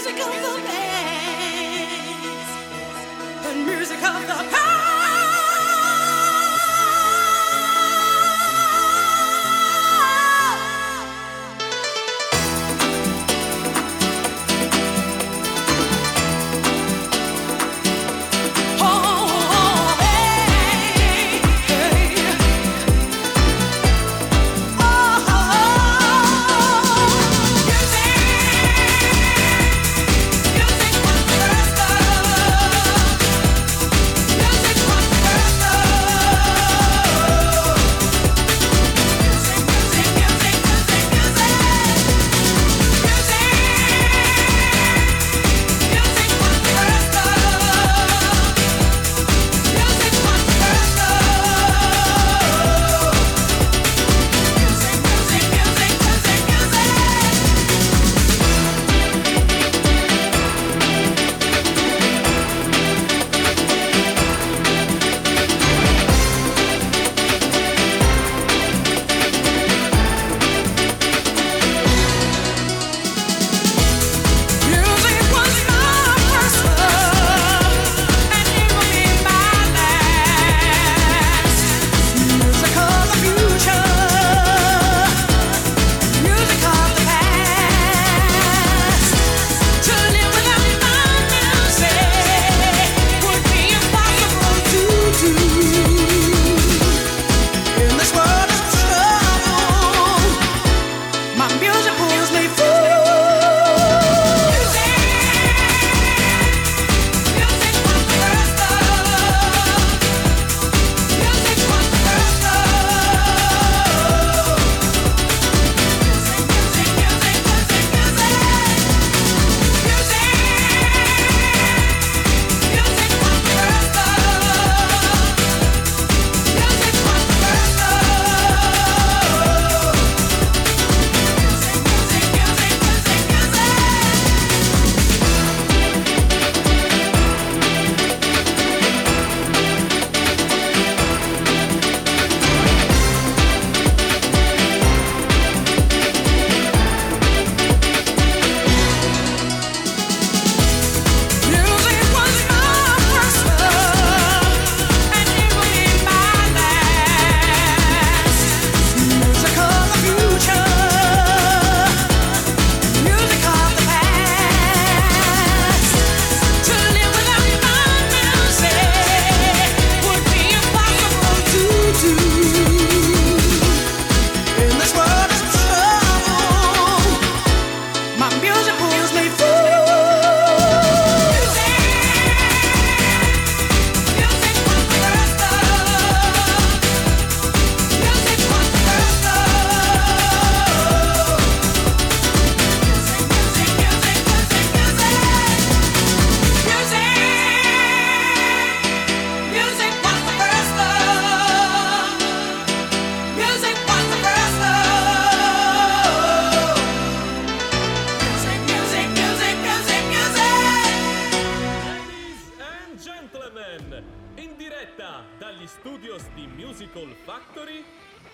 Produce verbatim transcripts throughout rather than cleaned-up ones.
Musical Factory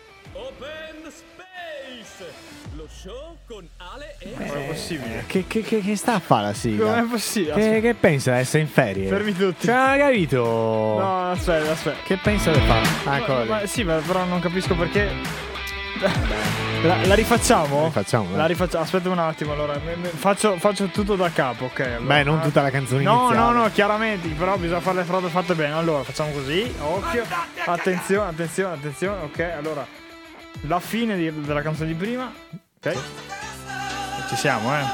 Open Space, lo show con Ale e eh, Joe. È possibile. Che, che, che, che sta a fare la sigla? Non è possibile. Che, che pensa di essere in ferie? Fermi tutti. Cioè, non hai capito? No, aspetta, aspetta. Che pensa di fare? Ah, ecco Ma, sì, ma però non capisco perché. La, la rifacciamo? La rifacciamo, La rifacciamo. Aspetta un attimo, allora. Faccio, faccio tutto da capo, ok? Allora. Beh, non tutta la canzone no, iniziale. No, no, chiaramente, però bisogna fare le frasi fatte bene. Allora, facciamo così. Occhio. Attenzione, attenzione, attenzione. Ok, allora. La fine di, della canzone di prima. Ok. Ci siamo, eh.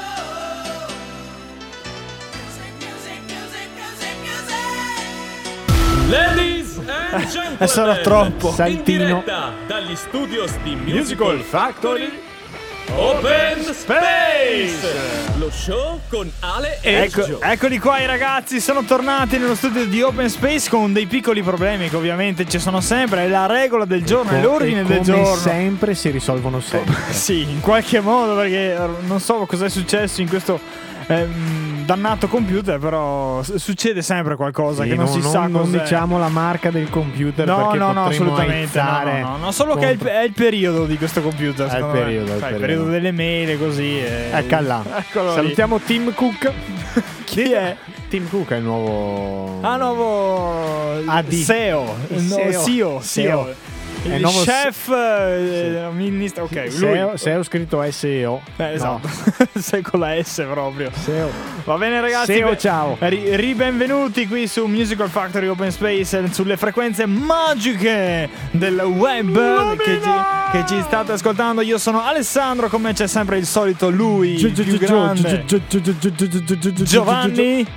Ladies and gentlemen, È solo troppo. Saltino. In diretta dagli studios di Musical, Musical Factory Open Space, lo show con Ale e Ecco, Joe. eccoli qua i ragazzi, sono tornati nello studio di Open Space con dei piccoli problemi che ovviamente ci sono sempre, è la regola del giorno, è l'ordine e del come giorno. sempre si risolvono sempre. Sì, in qualche modo, perché non so cosa è successo in questo ehm, dannato computer, però s- succede sempre qualcosa Sì, che non, non, si non, sa non cos'è. diciamo la marca del computer No, perché no, no, potremmo assolutamente. No, aizzare no, no, no, solo che è il, contro- è il periodo di questo computer. È il secondo me. periodo, è il Sai, il periodo. periodo delle mail, così. E... Ecco là. Eccolo lì. Salutiamo Tim Cook. Chi è? Tim Cook è il nuovo Ah, nuovo A D. S E O, Il no, S E O. S E O, S E O. È il Il nuovo chef, eh, ministro, ok, lui. S E O, S E O scritto S E O. Eh, esatto, sei con la S proprio. S E O. Va bene ragazzi, S E O, beh, ciao. ri- ribenvenuti qui su Musical Factory Open Space, eh, sulle frequenze magiche del web che ci, che ci state ascoltando. Io sono Alessandro, con me c'è sempre il solito lui, il più grande Giovanni.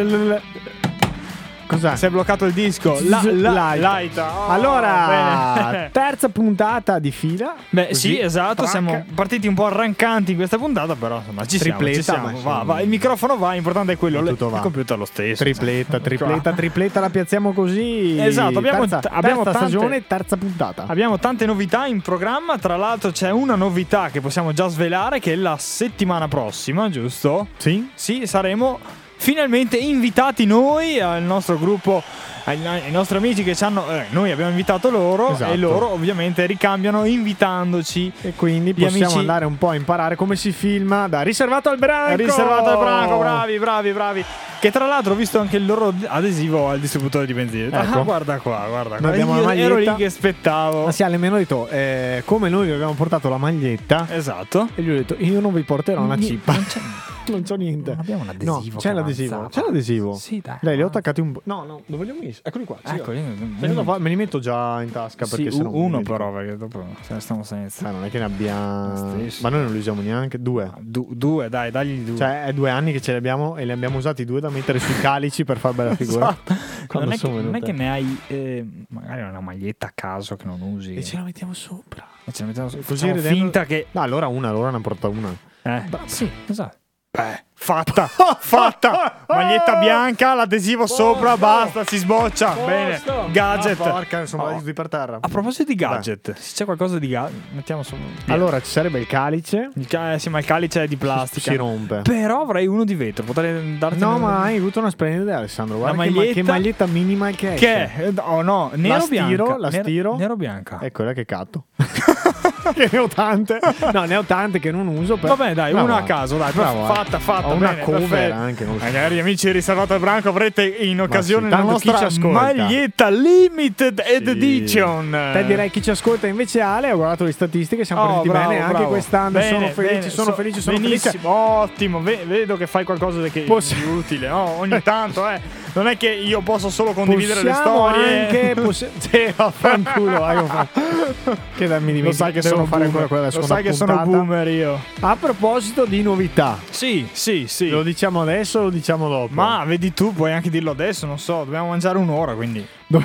Cos'è? Si è bloccato il disco. La, la, Laita. Laita. Oh, Allora, bene. terza puntata di fila. Beh, Così, sì, esatto. track. Siamo partiti un po' arrancanti in questa puntata, però insomma ci siamo. Tripletta, Ci siamo. ma Va, insomma. va. Il microfono va, l'importante è quello. Tutto il va. computer è lo stesso. Tripletta, cioè. tripletta, tripletta, la piazziamo così. Esatto, abbiamo- terza, abbiamo terza tante- stagione, terza puntata. Abbiamo tante novità in programma. Tra l'altro, c'è una novità che possiamo già svelare, che è la settimana prossima, giusto? Sì? Sì, saremo finalmente invitati noi al nostro gruppo, ai, ai nostri amici che ci hanno. Eh, noi abbiamo invitato loro Esatto. e loro ovviamente ricambiano invitandoci. E quindi Gli possiamo amici- andare un po' a imparare come si filma da Riservato al Branco. Riservato al branco, bravi, bravi, bravi. Che tra l'altro ho visto anche il loro adesivo al distributore di benzina. Ecco. Ah, guarda qua, guarda qua. Noi abbiamo Io la ero lì maglietta. che aspettavo. Ma sì, almeno ho detto, eh, come noi vi abbiamo portato la maglietta, Esatto. e gli ho detto, io non vi porterò una Ni- cippa. non c'è- Non c'ho niente. Non abbiamo un adesivo No, che c'è l'adesivo. avanzava. C'è l'adesivo. Sì, dai. Dai, li ho attaccati un po'. No, no, dove li ho messi? Eccoli qua. Sì, Ecco, io- Sai cosa fa? Me li metto già in tasca Sì, perché se no u- uno mi però, dico- perché dopo se ne stiamo senza. Ah, non è che ne abbiamo. Stesso. Ma noi non li usiamo neanche. Due. Du- due, dai, dagli due. Cioè, è due anni che ce li abbiamo e li abbiamo usati due da mettere sui calici per far bella figura. Esatto. Quando Non è, che, sono non è venute. che ne hai eh, magari una maglietta a caso che non usi. E ce la mettiamo sopra. E ce la mettiamo su- Così facciamo ridendo- finta che. No, allora una, allora ne porta una. Eh, sì, esatto. Beh, fatta, fatta. Maglietta bianca, l'adesivo sopra, basta, si sboccia. Bene, gadget. Ah, porca, insomma, Oh. tutti per terra. A proposito di gadget, se c'è qualcosa di gadget, mettiamo solo. Allora, ci sarebbe il calice. Il ca- eh, sì, ma il calice è di plastica. Si rompe. Però avrei uno di vetro, potrei darti No, un- ma hai avuto una splendida idea, Alessandro. Guarda La che, ma- maglietta- che maglietta minima che è. Che è? Oh no, nero La stiro, bianca. la Nero- stiro. Nero bianca. È quella che catto. Che ne ho tante. No, ne ho tante che non uso. Per... Vabbè, dai, Bravo, una a eh. caso, dai, Bravo, eh. fatta, fatta. Ho una bene, cover perfetto. anche. Non lo so. Magari amici riservato al branco avrete in occasione sì, la tanto chi ci nostra ascolta? maglietta limited Sì. edition. Te direi chi ci ascolta invece Ale, ho guardato le statistiche, siamo Oh, partiti bravo, bene anche bravo. quest'anno. Bene, sono felici, bene, sono so- felici, sono benissimo, felice. ottimo. Ve- vedo che fai qualcosa di, che, Poss- di utile. Oh, ogni tanto, eh. Non è che io posso solo condividere Possiamo le storie. anche possi- sì, vaffanculo, vai, vaffanculo. Che da- mi Lo dimentico, sai che devo sono fare boomer. ancora quella Lo seconda sai che sono puntata. boomer io. A proposito di novità, Sì, sì, sì. lo diciamo adesso o lo diciamo dopo? Ma vedi tu, puoi anche dirlo adesso, non so, dobbiamo mangiare un'ora, quindi Do-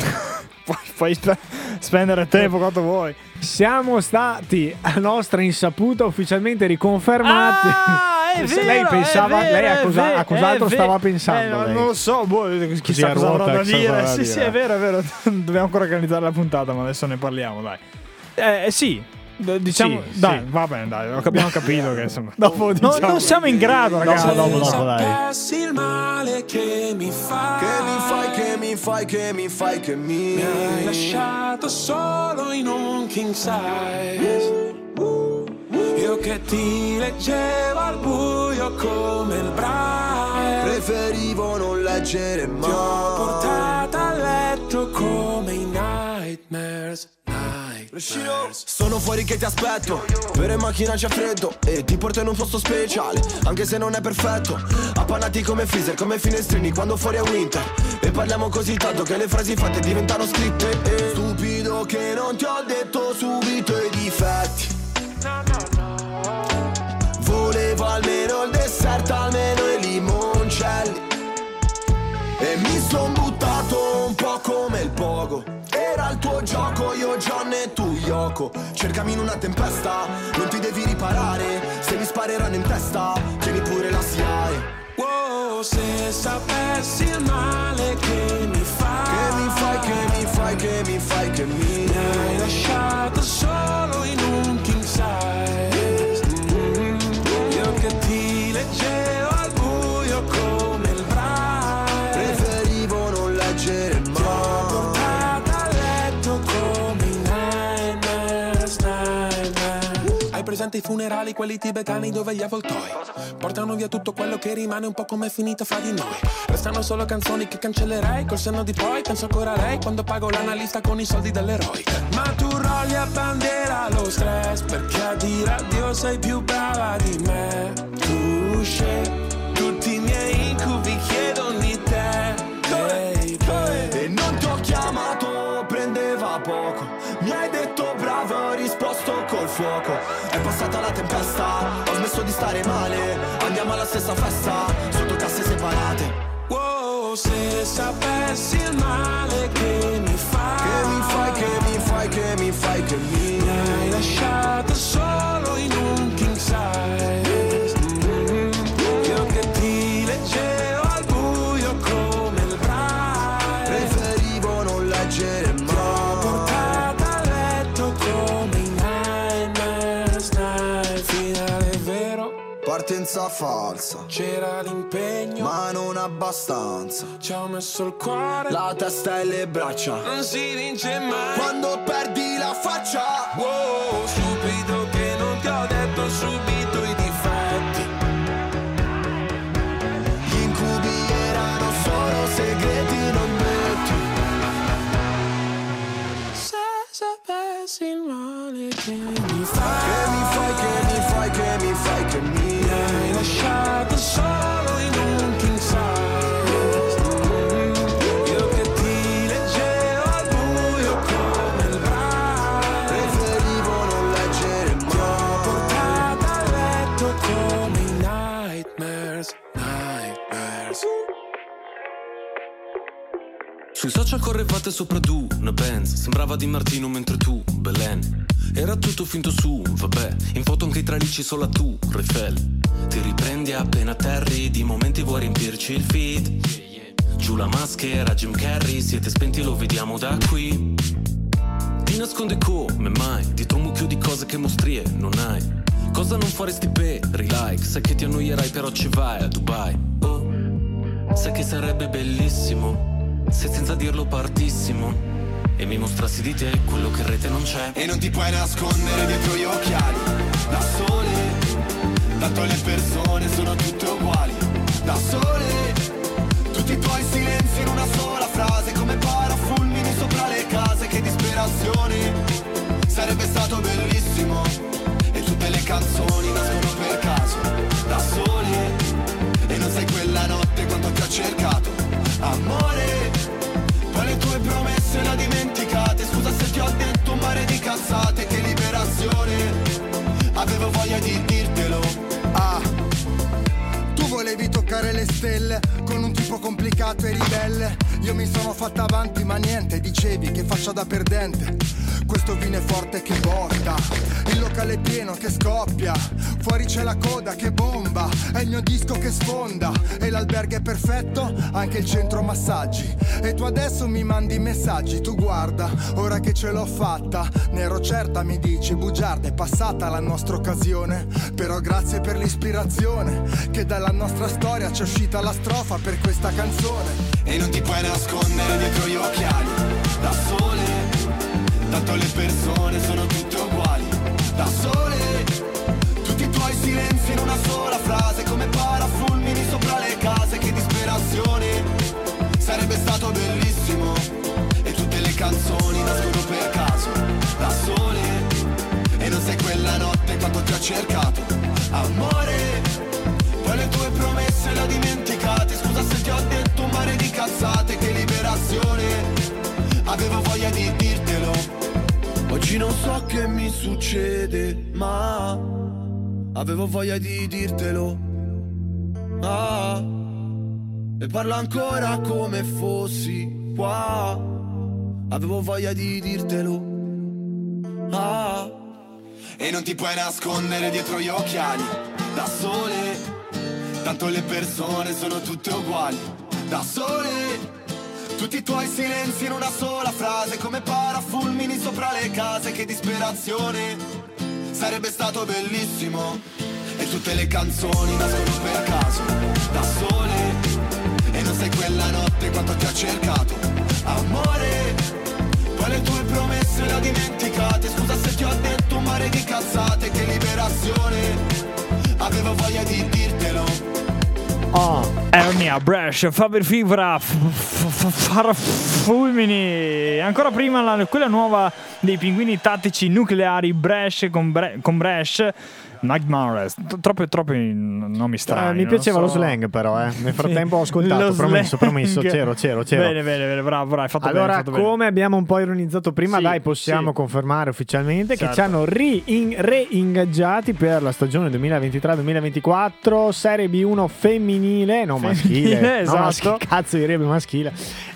puoi, puoi spe- spendere tempo quanto vuoi. siamo stati a nostra insaputa ufficialmente riconfermati. Ah, è vero, lei pensava, è vero, lei a, è cosa- vero, a cos'altro è stava vero. pensando? Eh, no, lei? non lo so, boh, chissà a cosa ruota, avrà da chissà cosa dire. avrà Sì, da sì, dire. è vero, è vero. Dobbiamo ancora organizzare la puntata, ma adesso ne parliamo, dai. Eh, sì. D- Diciamo, Sì, dai, sì. va bene, dai, abbiamo capito che insomma. Dopo No, diciamo. non siamo in grado, ragazzi. Dopo, dopo, dopo, dai. Sapessi il male che mi fai, Che mi fai, che mi fai, che mi fai, che mi mi hai lasciato solo in un king size. Io che ti leggevo al buio come il braille, Preferivo non leggere ti ho mai. portata a letto come i nightmares. Nightmares. Sono fuori che ti aspetto, vero in macchina c'è freddo e ti porto in un posto speciale, anche se non è perfetto. Appannati come freezer, come finestrini quando fuori è winter. E parliamo così tanto che le frasi fatte diventano scritte. E stupido che non ti ho detto subito i difetti. Volevo almeno il dessert, almeno i limoncelli. E mi son buttato un po' come il pogo. Era il tuo gioco, io John e tu Yoko. Cercami in una tempesta, non ti devi riparare. Se mi spareranno in testa, tieni pure la S I A E. Wow, se sapessi il male che mi fai, Che mi fai, che mi fai, che mi fai, che mi mi hai lasciato solo in un king size. Mm, Io che ti leggevo al presente i funerali, quelli tibetani dove gli avvoltoi portano via tutto quello che rimane, un po' come è finita fra di noi. Restano solo canzoni che cancellerei, col senno di poi penso ancora a lei quando pago l'analista con i soldi dell'eroe. Ma tu rolli a bandiera lo stress, perché a dire addio sei più brava di me. Tu scegli tutti i miei incubi, chiedono di te, baby. E non ti ho chiamato, prendeva poco. Mi hai detto bravo, ho risposto col fuoco. È passata la tempesta, ho smesso di stare male. Andiamo alla stessa festa, sotto casse separate. Wow, se sapessi il male che mi fai, Che mi fai, che mi fai, che mi fai, che mi mi hai lasciato solo in un king size. Mm-hmm. Io che ti leggevo al buio come il braille, preferivo non leggere mai. ti ho portata a letto come i Nightmares Night. Finale vero, Partenza falsa, c'era l'impegno, ma non abbastanza. ci ho messo il cuore, La testa e le braccia, non si vince mai. quando perdi la faccia. Wow, stupido che non ti ho detto subito i difetti. Gli incubi erano solo segreti, non metti. Se sapessi il male che mi fai, Che mi fai, che mi fai, che mi fai, che mi mi hai lasciato solo in un king size. Mm, Io che ti leggevo al buio come il braille, preferivo non leggere ti ho mai. portata a letto come i Nightmares, Nightmares. Sui social correvate sopra tu, una Benz. Sembrava Di Martino mentre tu, Belen. Era tutto finto su, vabbè. In foto anche i tralicci solo tu, Eiffel. Ti riprendi appena atterri, di momenti vuoi riempirci il feed. Giù la maschera, Jim Carrey, siete spenti, lo vediamo da qui. Ti nasconde come mai, dietro un mucchio di cose che mostrie non hai. Cosa non faresti per like? Sai che ti annoierai però ci vai a Dubai. Oh, sai che sarebbe bellissimo se senza dirlo partissimo e mi mostrassi di te quello che in rete non c'è. E non ti puoi nascondere dietro gli occhiali, da sole. Tanto le persone sono tutte uguali, da sole. Tutti i tuoi silenzi in una sola frase, come parafulmini sopra le case. Che disperazione, sarebbe stato bellissimo. E tutte le canzoni nascono per caso, da sole. E non sai quella notte quanto ti ho cercato, amore. Poi le tue promesse le ho dimenticate. Scusa se ti ho detto un mare di cazzate. Che liberazione, avevo voglia di dirtelo. Ah, tu volevi toccare le stelle con un tipo complicato e ribelle. Io mi sono fatta avanti ma niente, dicevi che faccia da perdente. Questo vino è forte che botta, il locale è pieno che scoppia. Fuori c'è la coda che bomba, è il mio disco che sfonda. E l'albergo è perfetto, anche il centro massaggi. E tu adesso mi mandi messaggi, tu guarda, ora che ce l'ho fatta. Ne ero certa, mi dici, bugiarda, è passata la nostra occasione. Però grazie per l'ispirazione, che dalla nostra storia c'è uscita la strofa per questa canzone. E non ti puoi nascondere dietro gli occhiali, da sole. Tanto le persone sono tutte uguali, da sole. Tutti i tuoi silenzi in una sola frase, come parafulmini sopra le case. Che disperazione, sarebbe stato bellissimo. E tutte le canzoni nascono per caso, da sole. E non sai quella notte quanto ti ho cercato, amore. Poi le tue promesse le ho dimenticate. Scusa se ti ho detto un mare di cazzate. Che liberazione, avevo voglia di dirtelo. Oggi non so che mi succede, ma avevo voglia di dirtelo. Ah, e parlo ancora come fossi qua. Avevo voglia di dirtelo. Ah, e non ti puoi nascondere dietro gli occhiali, da sole. Tanto le persone sono tutte uguali, da sole. Tutti i tuoi silenzi in una sola frase, come parafulmini sopra le case. Che disperazione, sarebbe stato bellissimo. E tutte le canzoni nascono per caso, da sole. E non sai quella notte quanto ti ho cercato, amore. Poi le tue promesse le ho dimenticate. Scusa se ti ho detto un mare di cazzate. Che liberazione, Oh. Ernia, Brescia, Faber Fibra, Fulmini. Ancora prima la, quella nuova dei pinguini tattici nucleari, Brescia con, Bre- con Brescia. Nightmares, troppi troppi nomi strani. Eh, mi piaceva so. lo slang, però. Eh. Nel frattempo ho ascoltato. Promesso, promesso. C'ero, c'ero, c'ero. Bene, bene, bene, bravo, bravo. Hai fatto allora, bene, fatto come bene. abbiamo un po' ironizzato prima, Sì, dai, possiamo sì. confermare ufficialmente Certo. che ci hanno ri- reingaggiati per la stagione duemilaventitré duemilaventiquattro, Serie B uno femminile, no maschile. Femminile, no, esatto. maschile, cazzo direbbe maschile.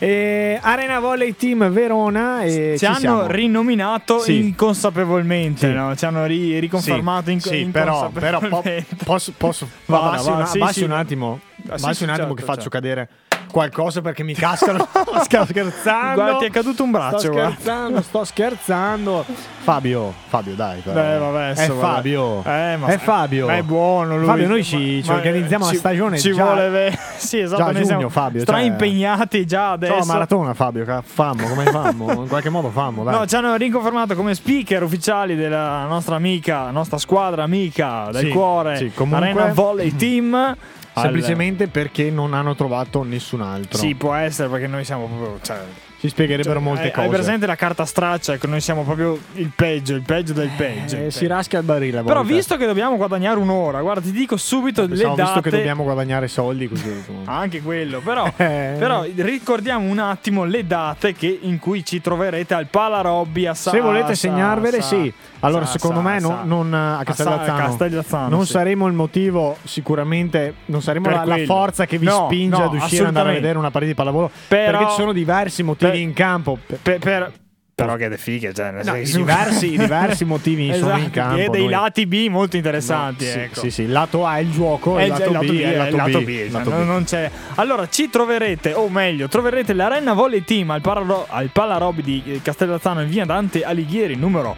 E Arena Volley Team Verona. E ci, ci hanno siamo. rinominato Sì. inconsapevolmente, Sì. no? Ci hanno ri- riconfermato sì, in- sì, però, però po- posso, posso Vada, abbassi, vada, una- sì, abbassi sì. un attimo Ah, sì, abbassi sì, un attimo certo, che faccio certo. cadere qualcosa perché mi cascano. Sto scherzando. Guarda, ti è caduto un braccio, sto guarda. scherzando sto scherzando Fabio Fabio dai però. Beh, vabbè, è adesso, vabbè. Fabio Eh, ma è Fabio ma è buono lui. Fabio, noi ci, ci Ma- organizziamo ci- la stagione ci già, vuole ve- sì, esatto, già a noi giugno, siamo Fabio, stra cioè- impegnati già adesso. Ciao, la maratona Fabio, che fammo, come fammo? In qualche modo fammo, dai. No, ci hanno riconfermato come speaker ufficiali della nostra amica, nostra squadra amica del Sì, cuore, sì, comunque- Arena Volley Team. Semplicemente perché non hanno trovato nessun altro. Sì, può essere perché noi siamo proprio. Cioè, Si spiegherebbero molte hai, cose. hai presente la carta straccia? Ecco, noi siamo proprio il peggio, il peggio del peggio. Eh, il si peggio. rasca il barile a Però volte. visto che dobbiamo guadagnare un'ora, guarda, ti dico subito le Pensavo, date. visto che dobbiamo guadagnare soldi così. Anche quello, però, Eh. però ricordiamo un attimo le date che, in cui ci troverete al Pala Robby a Sa- Se volete Sa- segnarvele, Sa- sì. Allora, Sa- secondo Sa- me, non, Sa- non, a Castellazzano, a Castellazzano, non sì. saremo il motivo, sicuramente, non saremo Per la, la quello. forza che vi No, spinge no, ad uscire e andare a assolutamente. vedere una partita di pallavolo. Però- perché ci sono diversi motivi per- in campo. Per- Per, per- però che è fighe, cioè, nel No, senso- i diversi, i diversi motivi sono in Esatto, campo. e dei noi- lati B molto interessanti. No, sì, ecco. sì, sì, il lato A è il gioco, È il lato, B, è il lato, lato B, B, il cioè, lato non, B. non c'è. Allora ci troverete, o meglio, troverete l'Arena Volley Team al, Paralo- al Pala Robby di Castellazzano in via Dante Alighieri numero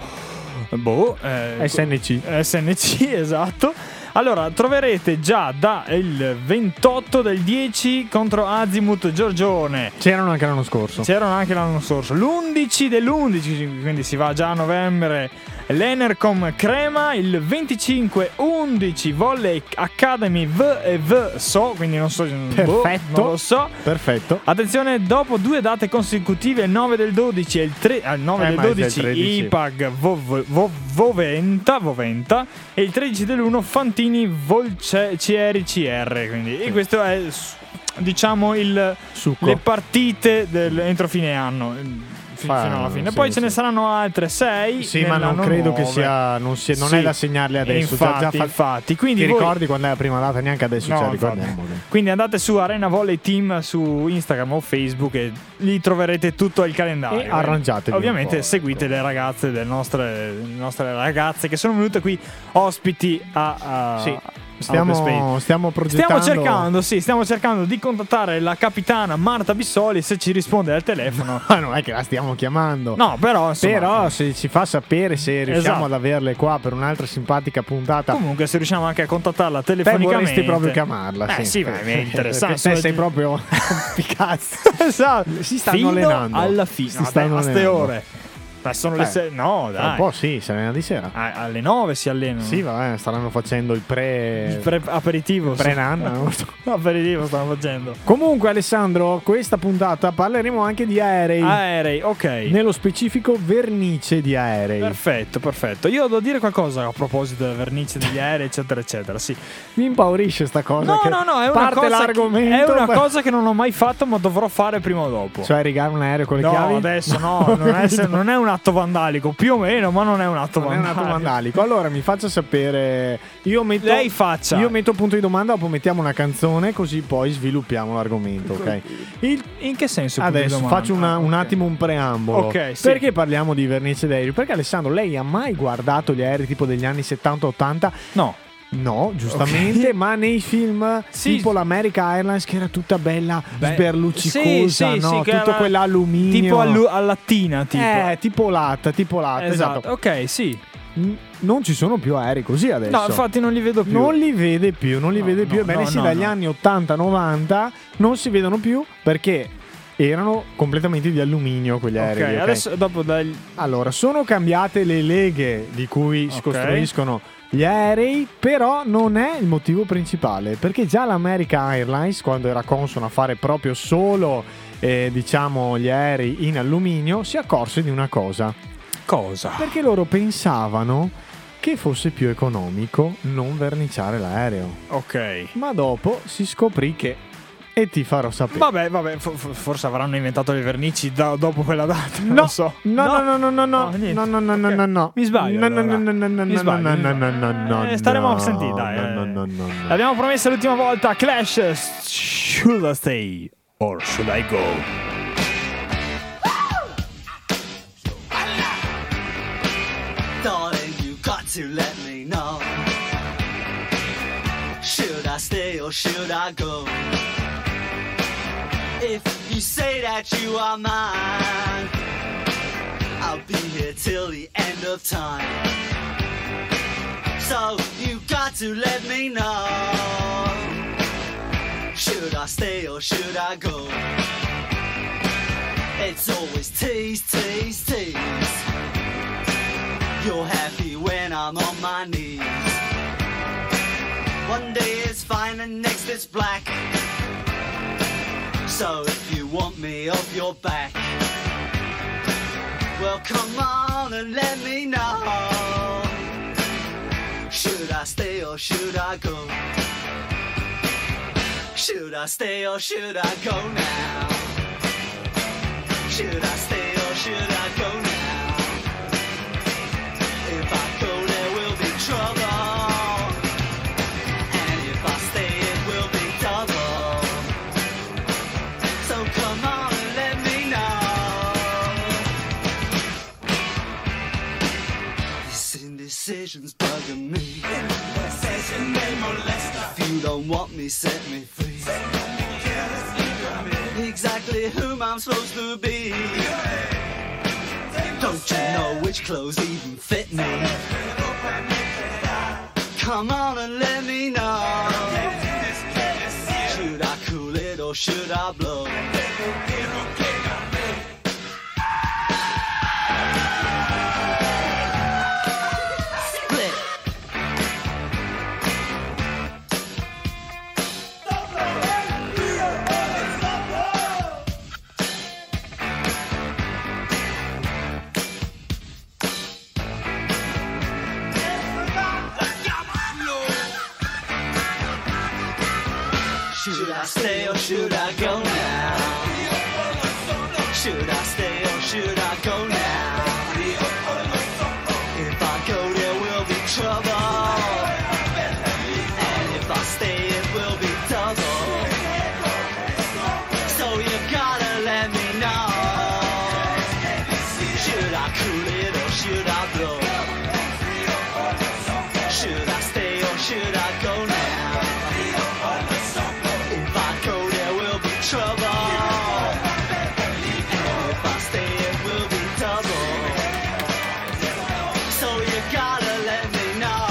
boh, eh, S N C. S N C, esatto. Allora, troverete già da il ventotto del dieci contro Azimut Giorgione. C'erano anche l'anno scorso. C'erano anche l'anno scorso. L'undici dell'undici, quindi si va già a novembre. L'Enercom Crema. Il venticinque undici Volley Academy V e V So, quindi non so. boh, Perfetto. non lo so. Perfetto. Attenzione, dopo due date consecutive, il nove del dodici e il tre, ah, il nove Eh, del ma è del dodici tredici. I P A G Vo- Vo- Vo- Voventa, Voventa e il tredici dell'uno Fantini Volce Cieri C R. Quindi, e questo è, s- diciamo, il, Succo. le partite del, entro fine anno. fi- Fa- Fino alla fine. sì, Poi ce sì. ne saranno altre sei. Sì, ma non nell'anno credo che nuove. sia. Non, sia, non Sì. è da segnarle adesso. Già- Infatti, già fa- infatti. Quindi Ti voi- ricordi quando è la prima data? Neanche adesso No, ce la infatti. ricordiamo. Quindi andate su Arena Volley Team su Instagram o Facebook e lì troverete tutto il calendario. E arrangiatevi Ovviamente un po', seguite le ragazze del nostre, le nostre ragazze che sono venute qui ospiti a, a Sì. a Open Space. Stiamo, stiamo progettando. Stiamo cercando, sì, stiamo cercando di contattare la capitana Marta Bissoli se ci risponde al telefono. Ma non è che la stiamo chiamando. No, però insomma, Però se ci fa sapere se riusciamo Esatto. ad averle qua per un'altra simpatica puntata. comunque se riusciamo anche a contattarla Te telefonicamente. vorresti proprio chiamarla. Eh sì, sì, ma mi interessa. Perché te sei proprio Picazzo. Esatto. Si stanno Fino allenando. alla fine. Si Vabbè, stanno a ste allenando. ore. Ma sono le Eh, sei. No, Tra un dai. po' sì, serena di sera. A- alle nove si allenano. Sì, vabbè, staranno facendo il pre. Il pre- aperitivo. sì. pre-nanna, non lo so. Aperitivo stanno facendo. Comunque, Alessandro, questa puntata parleremo anche di aerei. Aerei, ok. Nello specifico, vernice di aerei. Perfetto, perfetto. Io devo dire qualcosa a proposito della vernice degli aerei, eccetera, eccetera. Sì. Mi impaurisce sta cosa. No, che no, no, è una, parte cosa che, l'argomento. è una per- cosa che non ho mai fatto, ma dovrò fare prima o dopo. Cioè, rigare un aereo con le no, chiavi? adesso no, non è, se- non è un atto vandalico, più o meno, ma non è un atto Non è un vandalico. atto vandalico. Allora mi faccia sapere. Io metto, Lei faccia. Io metto punto di domanda, dopo mettiamo una canzone, così poi sviluppiamo l'argomento, ok? Il- In che senso? punto di Adesso domanda? faccio una- un Ok. attimo un preambolo. Ok, sì. Perché parliamo di vernice d'aereo? Perché Alessandro, lei ha mai guardato gli aerei tipo degli anni settanta ottanta? No. No, giustamente, Ok. ma nei film Sì. tipo l'America Airlines che era tutta bella Beh, sberluccicosa, sì, sì, no? sì, che Tutto era quell'alluminio. Tipo allu- a lattina, tipo. Eh, tipo latta, tipo latta, esatto. esatto. Ok, sì. N- Non ci sono più aerei così adesso. No, infatti non li vedo più. Non li vede più, non li No, vede più. no, Ebbene no, sì, no, dagli no. anni ottanta novanta non si vedono più perché erano completamente di alluminio quegli aerei. Ok, lì, ok? adesso dopo dai. Allora, sono cambiate le leghe di cui si Ok. costruiscono gli aerei, però non è il motivo principale, perché già l'American Airlines, quando era consono a fare proprio solo eh, diciamo gli aerei in alluminio, si accorse di una cosa. Cosa? Perché loro pensavano che fosse più economico non verniciare l'aereo. Ok. Ma dopo si scoprì che, e ti farò sapere. Vabbè, vabbè, fo- fo- forse avranno inventato le vernici da- dopo quella data. No, non so. no, no, no, no, no, no, niente. no, no, no, no, Ok. no, no. Mi sbaglio. No, no, allora. no, no, no, Mi no, sbaglio, no, mi no, sbaglio. no, no, Eh, staremo no, a sentire, dai. no, eh. no, no, no, no. L'abbiamo promesso l'ultima volta. Clash. Should I stay or should I go? Darling, you got to let me know. Should I stay or should I go? If you say that you are mine, I'll be here till the end of time. So you got to let me know. Should I stay or should I go? It's always tease, tease, tease. You're happy when I'm on my knees. One day it's fine and next it's black. So if you want me off your back, well come on and let me know. Should I stay or should I go? Should I stay or should I go now? Should I stay or should I go now? If I go there will be trouble, and if I stay it will be double. So come on and let me know. This indecision's bugging me. If you don't want me, set me free. Exactly whom I'm supposed to be. Don't you know which clothes even fit me? Come on and let me know. Should I cool it or should I blow? Split. Should I stay or should I go now? Should I stay or should I go now? If I go there will be trouble, and if I stay it will be double. So you gotta let me know. Should I cool it or should I blow? Should I stay or should I go now? If I go there will be trouble, and if I stay it will be double. So you gotta let me know.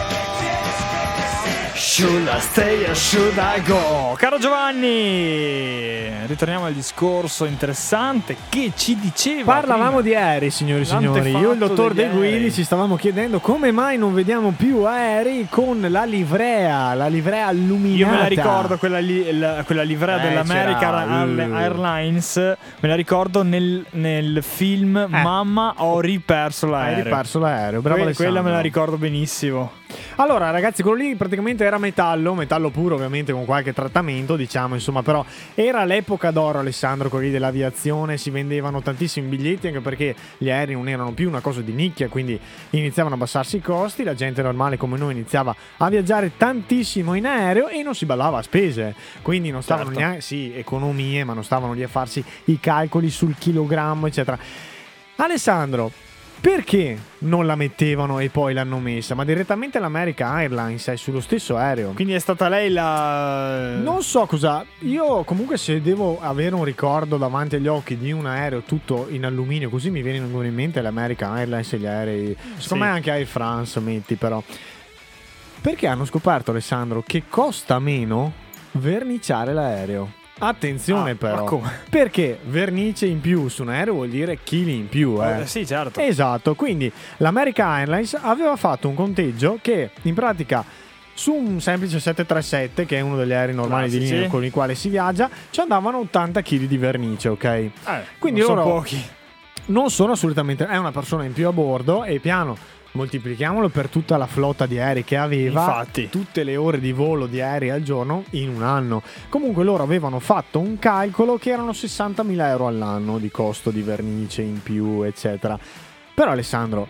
Should I stay or should I go? Caro Giovanni, ritorniamo al discorso interessante che ci diceva. Parlavamo prima. di aerei, signori e signori. Io e il L'antefatto dottor De degli Guidi aerei. ci stavamo chiedendo come mai non vediamo più aerei con la livrea, la livrea alluminata. Io me la ricordo quella, lì, la- quella livrea Eh, dell'American c'era- Air- Airlines. Me la ricordo nel, nel film Mamma ho riperso Hai l'aereo. riperso l'aereo, bravo Que- quella me la Alessandro. ricordo benissimo. Allora ragazzi, quello lì praticamente era metallo, metallo puro ovviamente con qualche trattamento, diciamo, insomma, però era l'epoca d'oro, Alessandro, quelli dell'aviazione, si vendevano tantissimi biglietti anche perché gli aerei non erano più una cosa di nicchia, quindi iniziavano a abbassarsi i costi, la gente normale come noi iniziava a viaggiare tantissimo in aereo e non si ballava a spese, quindi non stavano Certo. neanche, sì, economie, ma non stavano lì a farsi i calcoli sul chilogrammo, eccetera. Alessandro, perché non la mettevano e poi l'hanno messa? Ma direttamente l'American Airlines è sullo stesso aereo. Quindi è stata lei la. Non so cosa. Io comunque se devo avere un ricordo davanti agli occhi di un aereo tutto in alluminio, così mi vengono in mente l'American Airlines e gli aerei. Secondo Sì. me anche Air France metti però. Perché hanno scoperto, Alessandro, che costa meno verniciare l'aereo. Attenzione Ah, però, ma come? perché vernice in più su un aereo vuol dire chili in più. Eh. Eh, sì, certo. Esatto, quindi l'American Airlines aveva fatto un conteggio che in pratica su un semplice sette tre sette, che è uno degli aerei normali di Classici. linea con i quali si viaggia, ci andavano ottanta chili di vernice, ok? Eh, Quindi non sono loro pochi. non sono assolutamente, è una persona in più a bordo e piano moltiplichiamolo per tutta la flotta di aerei che aveva, Infatti. tutte le ore di volo di aerei al giorno in un anno. Comunque loro avevano fatto un calcolo che erano sessantamila euro all'anno di costo di vernice in più, eccetera. Però Alessandro,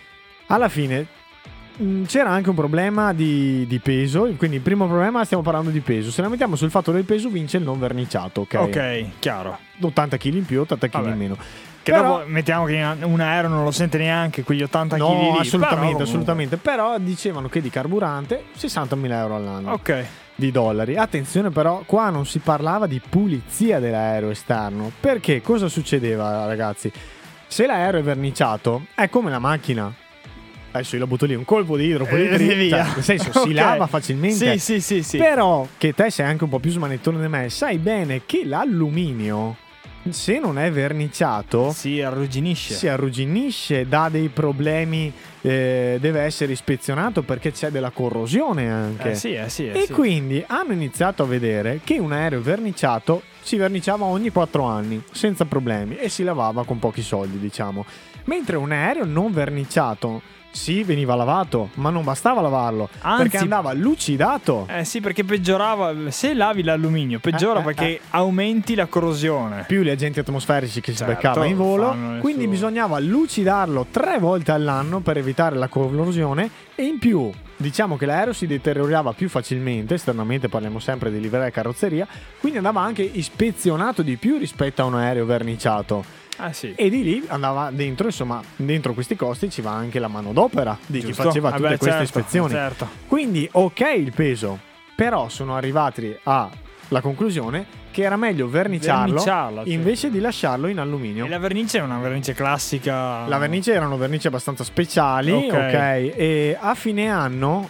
alla fine mh, c'era anche un problema di, di peso, quindi il primo problema, stiamo parlando di peso. Se la mettiamo sul fatto del peso vince il non verniciato, ok? Ok, chiaro. ottanta chili in più, ottanta chili Vabbè. in meno. Che Però- dopo mettiamo che un aereo non lo sente neanche, quegli ottanta chili No, lì. assolutamente, però comunque- assolutamente. Però dicevano che di carburante sessantamila euro all'anno Ok. di dollari. Attenzione però, qua non si parlava di pulizia dell'aereo esterno. Perché cosa succedeva, ragazzi? Se l'aereo è verniciato, è come la macchina. Adesso io la butto lì, un colpo di idropolitri, Eh, via. cioè, nel senso si Ok. lava facilmente. Sì, sì, sì, sì. Però che te sei anche un po' più smanettone di me, sai bene che l'alluminio, se non è verniciato, Si arrugginisce. si arrugginisce, dà dei problemi, eh, deve essere ispezionato perché c'è della corrosione anche. Eh sì, eh sì, eh E sì. quindi hanno iniziato a vedere che un aereo verniciato si verniciava ogni quattro anni senza problemi e si lavava con pochi soldi, diciamo. Mentre un aereo non verniciato sì, veniva lavato, ma non bastava lavarlo, Anzi- perché andava lucidato. Eh sì, perché peggiorava. Se lavi l'alluminio, peggiora Eh, eh, perché eh. aumenti la corrosione. Più gli agenti atmosferici che si Certo, beccava in volo, fanno il quindi suo. bisognava lucidarlo tre volte all'anno per evitare la corrosione e in più diciamo che l'aereo si deteriorava più facilmente, esternamente parliamo sempre di livrea e carrozzeria, quindi andava anche ispezionato di più rispetto a un aereo verniciato. Ah sì. E di lì andava dentro, insomma, dentro questi costi ci va anche la manodopera di chi Giusto? faceva Ah tutte beh, queste certo, ispezioni. certo. Quindi ok il peso, però sono arrivati alla conclusione che era meglio verniciarlo, Verniciarlo, sì. invece di lasciarlo in alluminio. E la vernice è una vernice classica. La vernice erano vernici abbastanza speciali, ok, Ok. e a fine anno,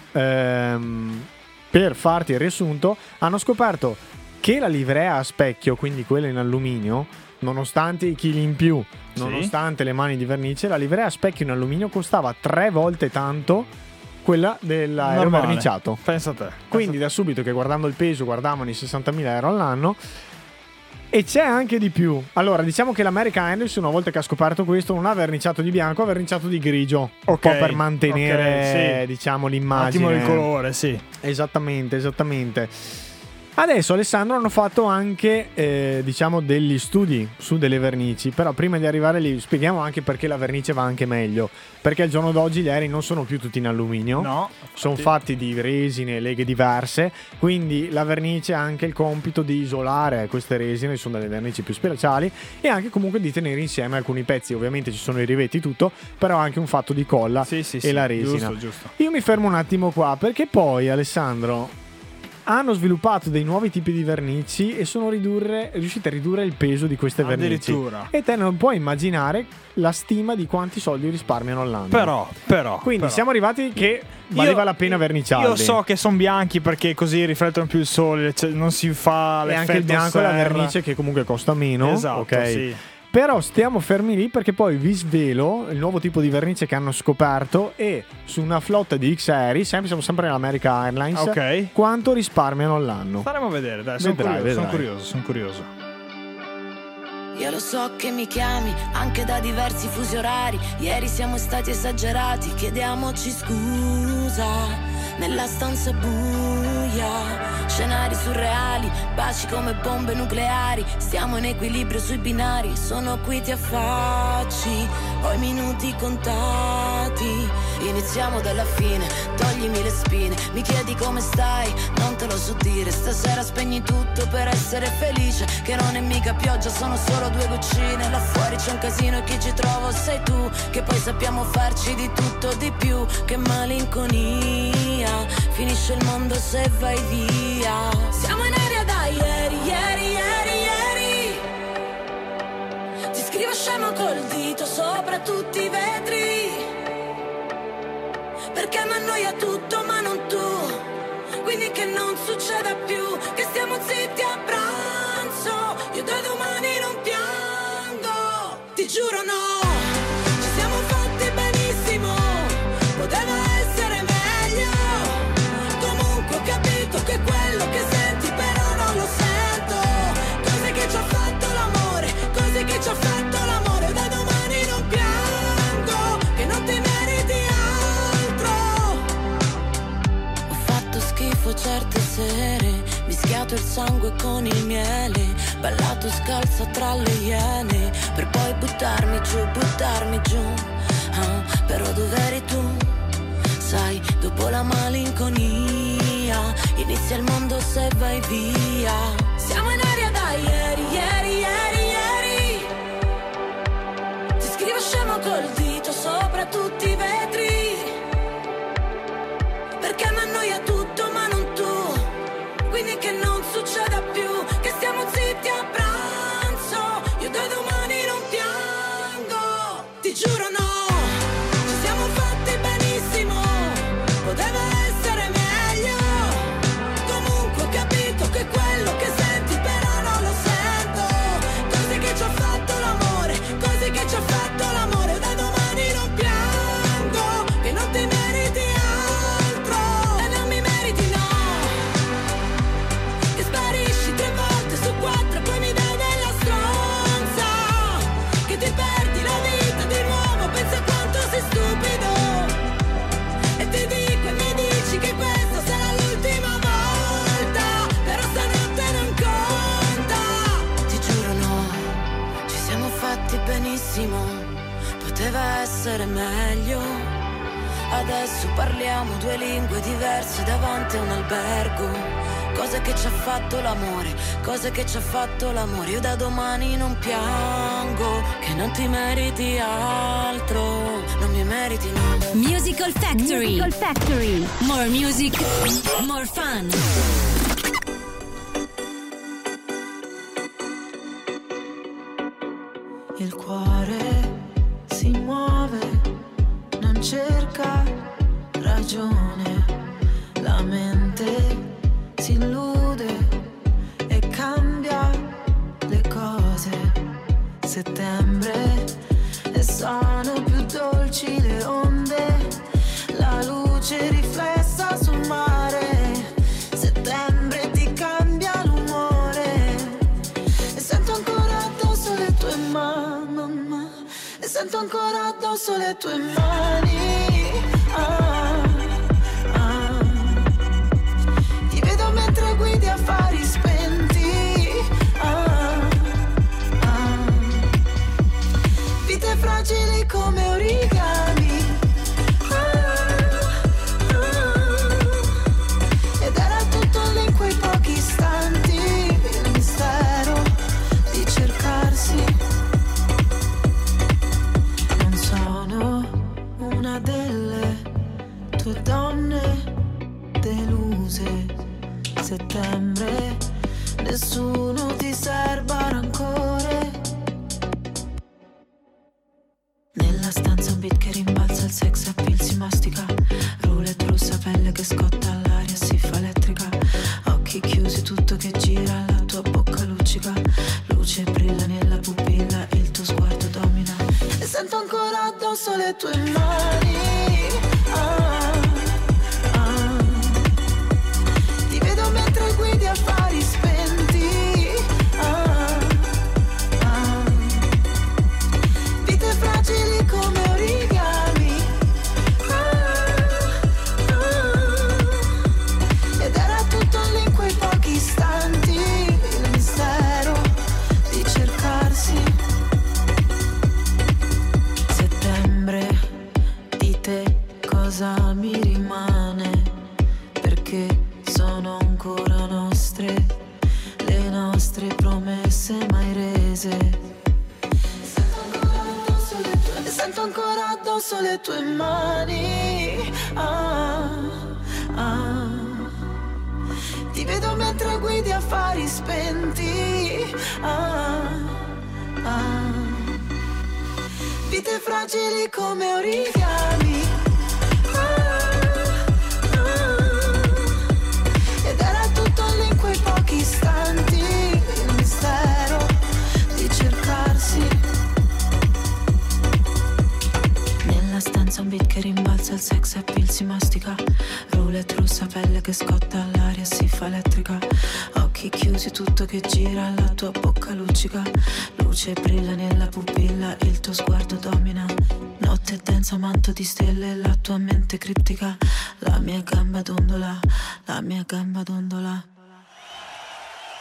ehm, per farti il riassunto, hanno scoperto che la livrea a specchio, quindi quella in alluminio, nonostante i chili in più, Sì. nonostante le mani di vernice, la livrea a specchio in alluminio costava tre volte tanto quella dell'aereo Normale. verniciato. Pensa a te. Quindi da subito che guardando il peso guardavano i sessantamila euro all'anno. E c'è anche di più. Allora, diciamo che l'American Airlines, una volta che ha scoperto questo, non ha verniciato di bianco, ha verniciato di grigio. Un Ok, po' per mantenere, ok, sì. diciamo, Un l'immagine. attimo il colore, sì. Esattamente, esattamente. Adesso Alessandro hanno fatto anche eh, diciamo degli studi su delle vernici, però prima di arrivare lì spieghiamo anche perché la vernice va anche meglio, perché al giorno d'oggi gli aerei non sono più tutti in alluminio, No. sono infatti- fatti di resine, leghe diverse, quindi la vernice ha anche il compito di isolare queste resine, sono delle vernici più speciali, e anche comunque di tenere insieme alcuni pezzi. Ovviamente ci sono i rivetti, tutto, però anche un fatto di colla Sì, sì, e sì. la resina. Giusto, giusto. Io mi fermo un attimo qua perché poi, Alessandro, hanno sviluppato dei nuovi tipi di vernici e sono ridurre, riusciti a ridurre il peso di queste vernici. Addirittura. E te non puoi immaginare la stima di quanti soldi risparmiano all'anno. Però, però. Quindi però. siamo arrivati che valeva Io- la pena verniciarli. Io so che sono bianchi perché così riflettono più il sole, cioè non si fa E l'effetto anche il bianco è la serra. vernice che comunque costa meno. Esatto, ok? sì. Però stiamo fermi lì perché poi vi svelo il nuovo tipo di vernice che hanno scoperto e su una flotta di X aerei, sempre, siamo sempre nell'American Airlines, Ok. quanto risparmiano all'anno. Staremo a vedere, dai, sono Vedrai, curioso, sono vedrai. curioso, sono curioso. Io lo so che mi chiami anche da diversi fusi orari. Ieri siamo stati esagerati, chiediamoci scusa. Nella stanza buia, scenari surreali, baci come bombe nucleari. Stiamo in equilibrio sui binari, sono qui ti affacci, ho i minuti contati. Iniziamo dalla fine, toglimi le spine. Mi chiedi come stai, non te lo so dire. Stasera spegni tutto per essere felice, che non è mica pioggia, sono solo due goccine. Là fuori c'è un casino e chi ci trovo sei tu, che poi sappiamo farci di tutto di più. Che malinconia, finisce il mondo se vai via. Siamo in aria da ieri, ieri, ieri, ieri. Ti scrivo scemo col dito sopra tutti i vetri, perché mi annoia tutto ma non tu. Quindi che non succeda più, che stiamo zitti a pranzo. sangue con il miele, ballato scalzo tra le iene, per poi buttarmi giù, buttarmi giù. Ah, però dov'eri tu? Sai, dopo la malinconia inizia il mondo se vai via. Siamo in aria da ieri, ieri, ieri, ieri. Ti scrivo scemo col dito sopra tutti i vetri, perché mi annoia tutto ma non tu. Quindi che non succeda più, che stiamo zitti a pranzo. Io da domani non piango, ti giuro no. Ci siamo fatti benissimo, poteva essere meglio. Comunque ho capito che quello che senti però non lo sento. Cose che ci ha fatto l'amore, cose che ci ha fatto l'amore. Da domani non piango, che non ti meriti altro. E non mi meriti no. Che sparisci tre volte su quattro e poi mi dai della stronza. Che ti perdi la vita di nuovo, pensa quanto sei stupido. E ti dico e mi dici che questa sarà l'ultima volta, però stanotte non conta. Ti giuro no, ci siamo fatti benissimo, poteva essere meglio. Adesso parliamo due lingue diverse davanti a un albergo. Cose che ci ha fatto l'amore, cose che ci ha fatto l'amore. Io da domani non piango, che non ti meriti altro, non mi meriti no. Musical Factory. Musical Factory. More music, more fun. Il cuore si muove, non cerca ragione, la mente si illude e cambia le cose. Settembre e sono più dolci le onde, la luce riflessa sul mare. Settembre ti cambia l'umore e sento ancora addosso le tue mani, e sento ancora addosso le tue mani. Ah, ah. Ti vedo mentre guidi affari spenti. Ah, ah. Vite fragili come origami. Ah, ah. Ed era tutto lì in quei pochi istanti, il mistero di cercarsi. Non sono una delle tue donne deluse. Settembre, nessuno ti serba rancore. Nella stanza un beat che rimbalza, il sex appeal si mastica. Roulette russa, pelle che scotta, all'aria si fa elettrica. Occhi chiusi, tutto che gira, la tua bocca luccica. Luce brilla nella pupilla, il tuo sguardo domina. E sento ancora addosso le tue mani. Ah, ah. Ti vedo mentre guidi affari spenti. Ah, ah. Vite fragili come origami. Ah, ah. Ed era tutto lì in quei pochi istanti, il mistero di cercarsi. Settembre, di te cosa mi rimane? Perché sono ancora nostre le nostre promesse mai rese. E sento ancora addosso le tue mani. Ah, ah. Ti vedo mentre guidi affari spenti. Ah, ah. Vite fragili come origami. Ah, ah. Ed era tutto lì in quei pochi istanti, il mistero di cercarsi. Nella stanza un beat che rimbalza, il sex appeal si mastica. Roulette russa, pelle che scotta, l'aria si fa elettrica. Occhi chiusi, tutto che gira, la tua bocca luccica. Luce brilla nella pupilla, il tuo sguardo domina. Notte densa, manto di stelle, la tua mente criptica. La mia gamba dondola, la mia gamba dondola.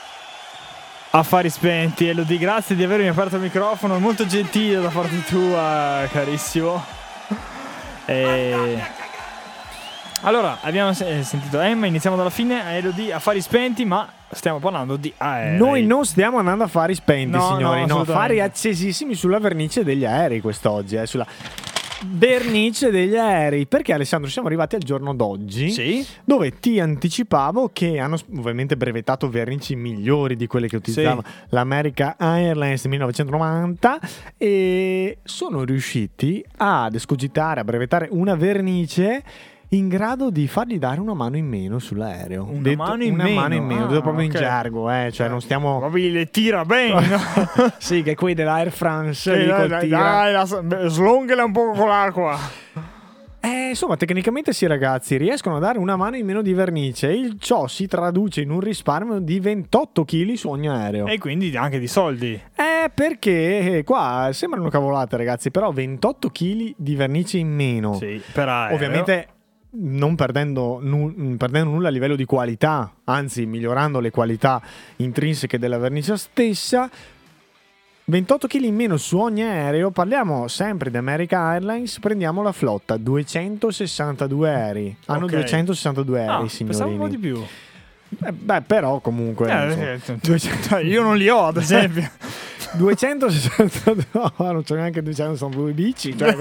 Affari spenti. Elodie, grazie di avermi aperto il microfono, è molto gentile da parte tua, carissimo. E... allora, abbiamo sentito Emma, iniziamo dalla fine. Elodie, affari spenti, ma stiamo parlando di aerei. Noi non stiamo andando a affari spenti, No, signori, no, no, assolutamente. affari accesissimi sulla vernice degli aerei quest'oggi, eh, sulla vernice degli aerei. Perché, Alessandro, siamo arrivati al giorno d'oggi, Sì. dove ti anticipavo che hanno ovviamente brevettato vernici migliori di quelle che utilizzava l'American Airlines nel millenovecentonovanta e sono riusciti ad escogitare, a brevettare una vernice in grado di fargli dare una mano in meno sull'aereo. Una Detto- mano in una meno? mano in meno, Ah, detto proprio ok. in gergo, eh, cioè non stiamo Proprio le tira bene, no? sì, che quei dell'Air France Sì, lì dai, col dai, tira. dai, la- slonghela un po' con l'acqua. Eh, insomma, tecnicamente sì, ragazzi, riescono a dare una mano in meno di vernice. Il ciò si traduce in un risparmio di ventotto chili su ogni aereo. E quindi anche di soldi. Eh, perché qua sembrano cavolate, ragazzi, però ventotto chili di vernice in meno. Sì, per aereo. Ovviamente non perdendo, nu- perdendo nulla a livello di qualità, anzi migliorando le qualità intrinseche della vernice stessa. ventotto chili in meno su ogni aereo. Parliamo sempre di American Airlines. Prendiamo la flotta, duecentosessantadue aerei. Hanno Ok. duecentosessantadue aerei, Ah, pensavo un po' di signorini. più. Eh, beh, però comunque Eh, insomma, eh, duecento io non li ho, ad esempio. duecentosessantadue no, non c'è neanche duecentosessantadue bici, cioè.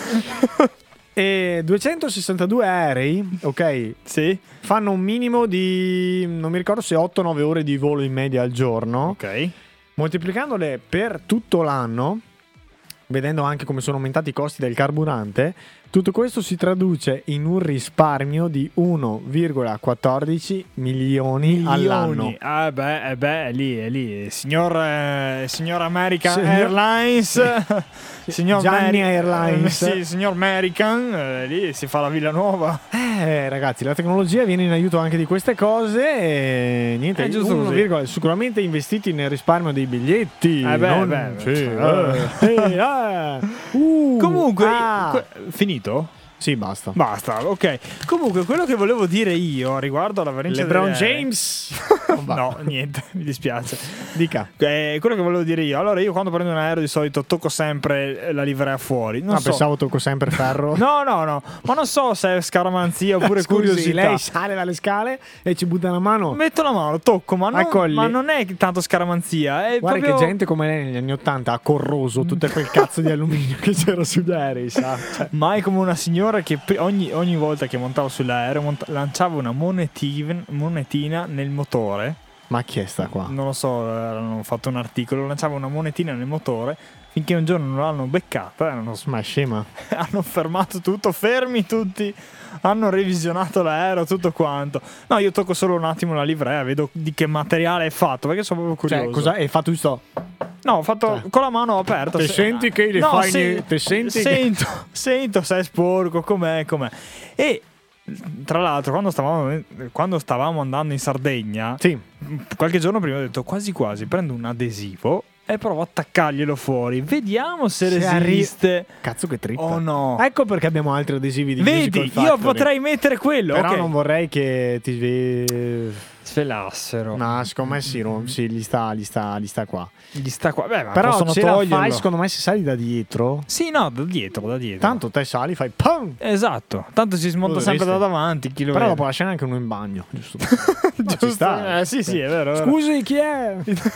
E duecentosessantadue aerei, ok, Sì. fanno un minimo di, non mi ricordo se otto nove ore di volo in media al giorno. Ok. Moltiplicandole per tutto l'anno, vedendo anche come sono aumentati i costi del carburante, tutto questo si traduce in un risparmio di uno virgola quattordici milioni, all'anno. Ah, beh, eh beh, è lì, è lì. Signor, eh, signor American Signor- Airlines. signor Gianni Meri- Airlines. eh, sì, signor American. eh, lì si fa la villa nuova. Eh, ragazzi, la tecnologia viene in aiuto anche di queste cose e niente, È giusto uno così. virgola, sicuramente investiti nel risparmio dei biglietti. Eh beh, non- beh, sì, cioè, eh, eh, eh. Uh, Comunque, ah. que- finito? Sì, basta. Basta, ok. Comunque, quello che volevo dire io riguardo alla vernice LeBron degli aerei- James. No, niente, mi dispiace. Dica. Eh, quello che volevo dire io. Allora, io quando prendo un aereo di solito tocco sempre la livrea fuori. Non Ah, so. pensavo tocco sempre ferro. No, no, no. Ma non so se è scaramanzia oppure Scusi, curiosità. lei sale dalle scale e ci butta una mano. Metto la mano, tocco, ma non, Ecco lì. ma non è tanto scaramanzia. È Guarda proprio... che gente come lei negli anni ottanta ha corroso tutto quel cazzo di alluminio che c'era sugli aerei, sa? Cioè, Mai come una signora che pri- ogni, ogni volta che montavo sull'aereo mont- lanciava una monetin- monetina nel motore. ma chi è sta qua? Non lo so, hanno fatto un articolo, lanciava una monetina nel motore finché un giorno non l'hanno beccata. Hanno, Ma è scema. hanno fermato tutto, fermi tutti, hanno revisionato l'aereo, tutto quanto. No, io tocco solo un attimo la livrea, vedo di che materiale è fatto, perché sono proprio curioso. Cioè, cosa hai fatto giusto? No, ho fatto con la mano aperta. Te Se- senti che le no, fai se- ne- te senti che- sento, sento se è sporco, com'è, com'è. E tra l'altro, quando stavamo, quando stavamo andando in Sardegna, Sì. qualche giorno prima ho detto quasi quasi prendo un adesivo e provo a attaccarglielo fuori. Vediamo se, Se arri- resiste. Cazzo che trippa. Oh no. Ecco perché abbiamo altri adesivi di Vedi, Musical io Factory. potrei mettere quello. Però ok. non vorrei che ti sve- Svelassero. No, secondo me sì, ro- sì, gli sta, gli sta, gli sta qua. Gli sta qua. Beh, ma Però possono se la toglierlo. fai, secondo me, se sali da dietro, Sì, no, da dietro, da dietro. tanto te sali, fai pam! Esatto. Tanto si smonta Lo sempre da dovresti. davanti. Chi lo Però vede. dopo lasciare anche uno in bagno, giusto? Giusto. ci sta. Eh, sì, sì, è vero. è vero. Scusi, chi è?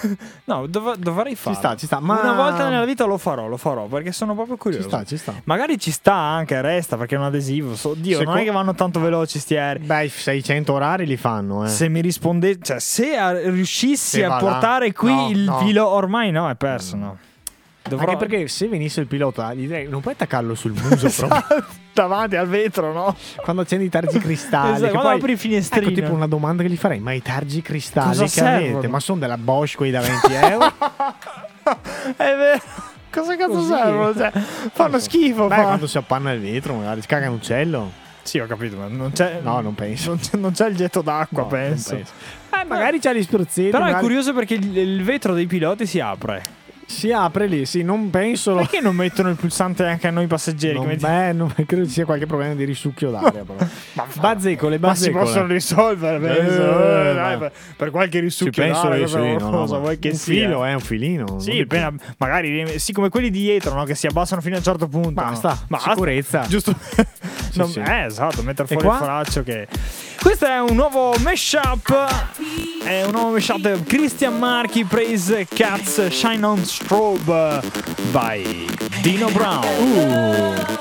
No, dov- dovrei farlo. sta, ci sta, ma- Una volta nella vita lo farò, lo farò perché sono proprio curioso. Ci sta, ci sta. Magari ci sta anche, resta perché è un adesivo. So, Dio, Se non è co- che vanno tanto veloci sti aerei. Beh, i seicento orari li fanno, eh. Se mi risponde, cioè, se a- riuscissi Se a va là. portare qui No, il no. filo, ormai no, è perso. No. Dovrò... Anche perché se venisse il pilota, gli direi, non puoi attaccarlo sul muso proprio. davanti al vetro, no? Quando accendi i targicristalli. Esatto, che quando poi- apri il finestrino. Ecco, tipo una domanda che gli farei: ma i targicristalli Cosa che servono? avete? Ma sono della Bosch quei da venti euro? È vero. Cosa cazzo Così. servono? Cioè, fanno schifo. Beh, fanno. quando si appanna il vetro, magari scaga un uccello. Sì, ho capito, ma non c'è. No, non penso. Non c'è, non c'è il getto d'acqua, No, penso. non penso. Eh, magari c'ha gli spruzzetti. Però è magari- curioso perché il, il vetro dei piloti si apre. Si apre lì, sì, non penso. Perché non mettono il pulsante anche a noi passeggeri? Non, come ti- beh, non credo ci sia qualche problema di risucchio d'aria. Però. Bazzecole, Ma si bazzecole. possono risolvere, penso. Eh, Eh, dai, ma- per, per qualche Ci risucchio penso d'aria, io, cosa, sì, no, no, cosa ma vuoi che un sia? filo, è un filino. non Sì, di più. appena- magari sì, come quelli dietro, no? Che si abbassano fino a un certo punto. Basta, no? sicurezza. Giusto. Non- sì. Eh, esatto, mettere E fuori qua? il foraccio che. Questo è un nuovo mashup. È un nuovo mashup. Christian Marchi, Praise Cats, Shine on Strobe by Dino Brown. Uh.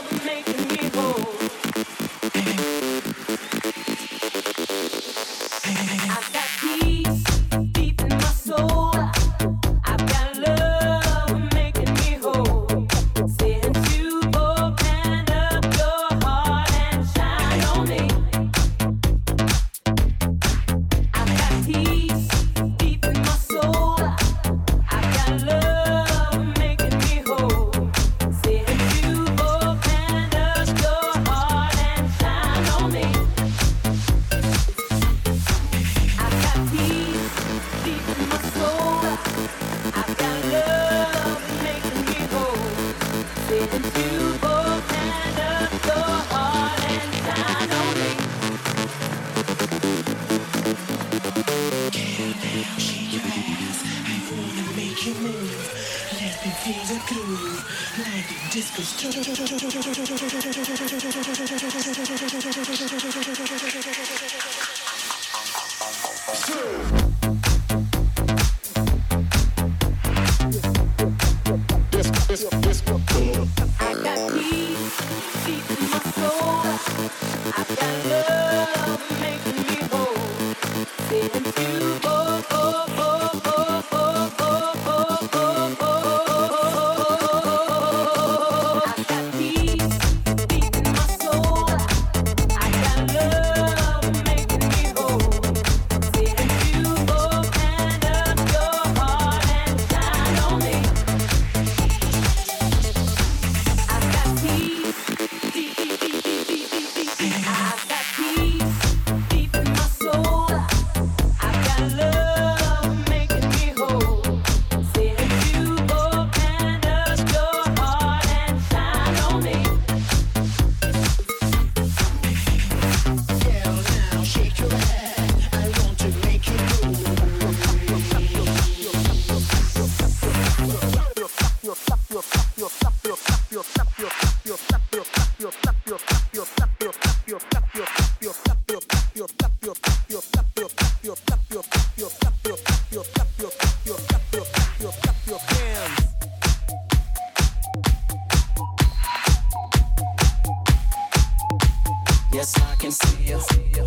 Yes, I can see you.